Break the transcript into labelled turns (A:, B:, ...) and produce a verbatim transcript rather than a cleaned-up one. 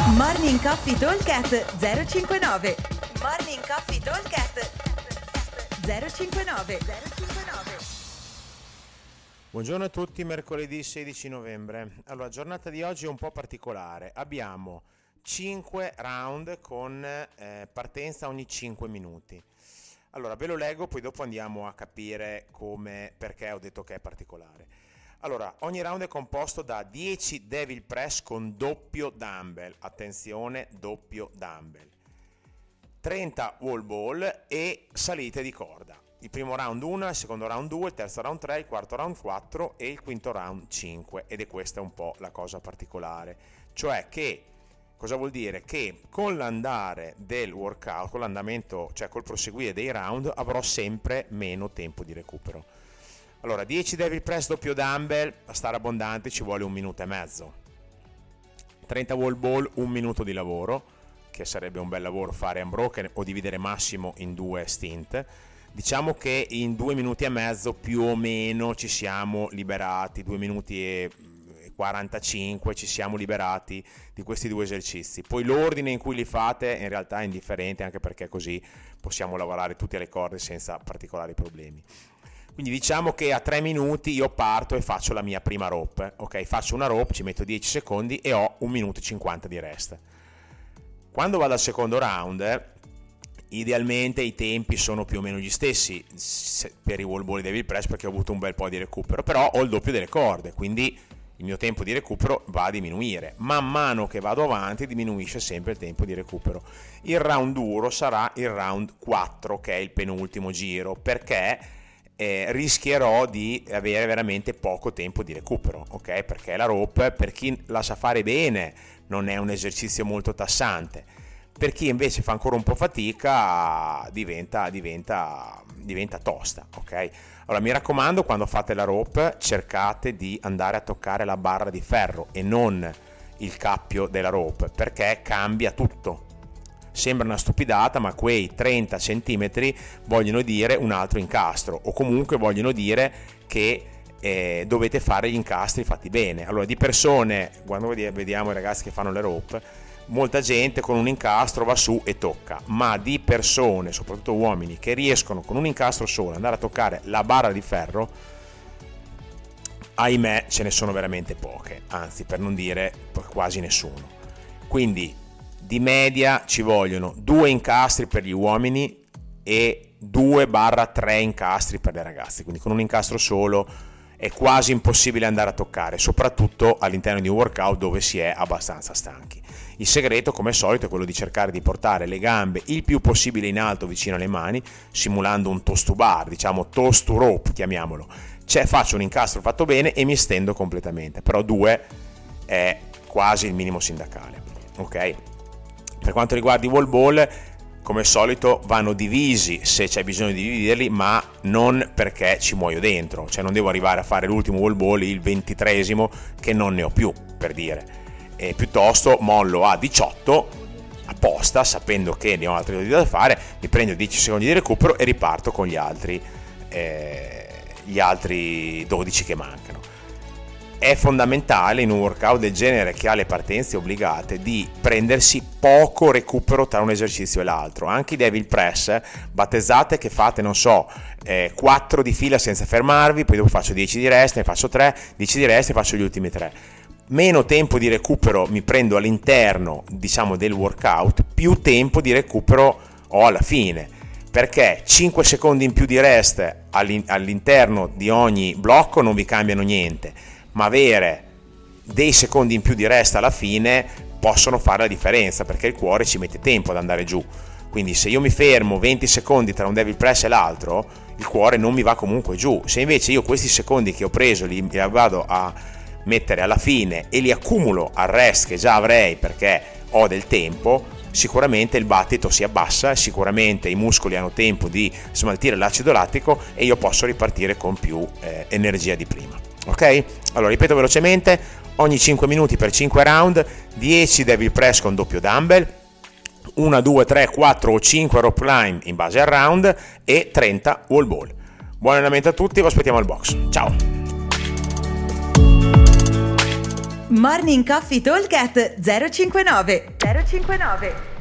A: Morning Coffee Talkcast zero cinquantanove. Morning Coffee Talkcast zero cinquantanove.
B: Buongiorno a tutti, mercoledì sedici novembre. Allora, la giornata di oggi è un po' particolare. Abbiamo cinque round con eh, partenza ogni cinque minuti. Allora, ve lo leggo, poi dopo andiamo a capire come, perché ho detto che è particolare. Allora, ogni round è composto da dieci devil press con doppio dumbbell, attenzione, doppio dumbbell, trenta wall ball e salite di corda. Il primo round uno, il secondo round due, il terzo round tre, il quarto round quattro e il quinto round cinque. Ed è questa un po' la cosa particolare. Cioè che, cosa vuol dire? Che con l'andare del workout, con l'andamento, cioè col proseguire dei round, avrò sempre meno tempo di recupero. Allora, dieci devil press doppio dumbbell, a stare abbondante ci vuole un minuto e mezzo. trenta wall ball, un minuto di lavoro, che sarebbe un bel lavoro fare unbroken o dividere massimo in due stint. Diciamo che in due minuti e mezzo più o meno ci siamo liberati, due minuti e quarantacinque ci siamo liberati di questi due esercizi. Poi l'ordine in cui li fate in realtà è indifferente, anche perché così possiamo lavorare tutte le corde senza particolari problemi. Quindi diciamo che a tre minuti io parto e faccio la mia prima rope, ok? Faccio una rope, ci metto dieci secondi e ho un minuto e cinquanta di rest. Quando vado al secondo round, idealmente i tempi sono più o meno gli stessi per i wall ball e devil press, perché ho avuto un bel po' di recupero, però ho il doppio delle corde, quindi il mio tempo di recupero va a diminuire. Man mano che vado avanti diminuisce sempre il tempo di recupero. Il round duro sarà il round quattro, che è il penultimo giro, perché Eh, rischierò di avere veramente poco tempo di recupero, ok? Perché la rope, per chi la sa fare bene, non è un esercizio molto tassante. Per chi invece fa ancora un po' fatica, diventa, diventa, diventa tosta, ok? Allora, mi raccomando, quando fate la rope, cercate di andare a toccare la barra di ferro e non il cappio della rope, perché cambia tutto. Sembra una stupidata, ma quei trenta centimetri vogliono dire un altro incastro, o comunque vogliono dire che eh, dovete fare gli incastri fatti bene. Allora, di persone, quando vediamo i ragazzi che fanno le rope, molta gente con un incastro va su e tocca, ma di persone, soprattutto uomini, che riescono con un incastro solo ad andare a toccare la barra di ferro, ahimè ce ne sono veramente poche, anzi per non dire quasi nessuno. Quindi di media ci vogliono due incastri per gli uomini e due tre incastri per le ragazze, quindi con un incastro solo è quasi impossibile andare a toccare, soprattutto all'interno di un workout dove si è abbastanza stanchi. Il segreto, come al solito, è quello di cercare di portare le gambe il più possibile in alto vicino alle mani, simulando un toast to bar, diciamo toast to rope, chiamiamolo. Cioè faccio un incastro fatto bene e mi stendo completamente, però due è quasi il minimo sindacale, ok? Per quanto riguarda i wall ball, come al solito vanno divisi se c'è bisogno di dividerli, ma non perché ci muoio dentro, cioè non devo arrivare a fare l'ultimo wall ball, il ventitreesimo, che non ne ho più, per dire, e piuttosto mollo a diciotto apposta, sapendo che ne ho altri da fare, mi prendo dieci secondi di recupero e riparto con gli altri, eh, gli altri dodici che mancano. È fondamentale in un workout del genere, che ha le partenze obbligate, di prendersi poco recupero tra un esercizio e l'altro. Anche i devil press, battezzate che fate, non so, eh, quattro di fila senza fermarvi, poi dopo faccio dieci di rest, ne faccio tre, dieci di rest e faccio gli ultimi tre. Meno tempo di recupero mi prendo all'interno, diciamo, del workout, più tempo di recupero ho alla fine, perché cinque secondi in più di rest all'interno di ogni blocco non vi cambiano niente, ma avere dei secondi in più di rest alla fine possono fare la differenza, perché il cuore ci mette tempo ad andare giù. Quindi se io mi fermo venti secondi tra un devil press e l'altro, il cuore non mi va comunque giù. Se invece io questi secondi che ho preso li vado a mettere alla fine e li accumulo al rest che già avrei perché ho del tempo, sicuramente il battito si abbassa, sicuramente i muscoli hanno tempo di smaltire l'acido lattico e io posso ripartire con più eh, energia di prima. Ok? Allora ripeto velocemente: ogni cinque minuti per cinque round, dieci devil press con doppio dumbbell, uno, due, tre, quattro o cinque rope climb in base al round e trenta wall ball. Buon allenamento a tutti, vi aspettiamo al box. Ciao!
A: Morning Coffee Talk at zero cinquantanove zero cinquantanove.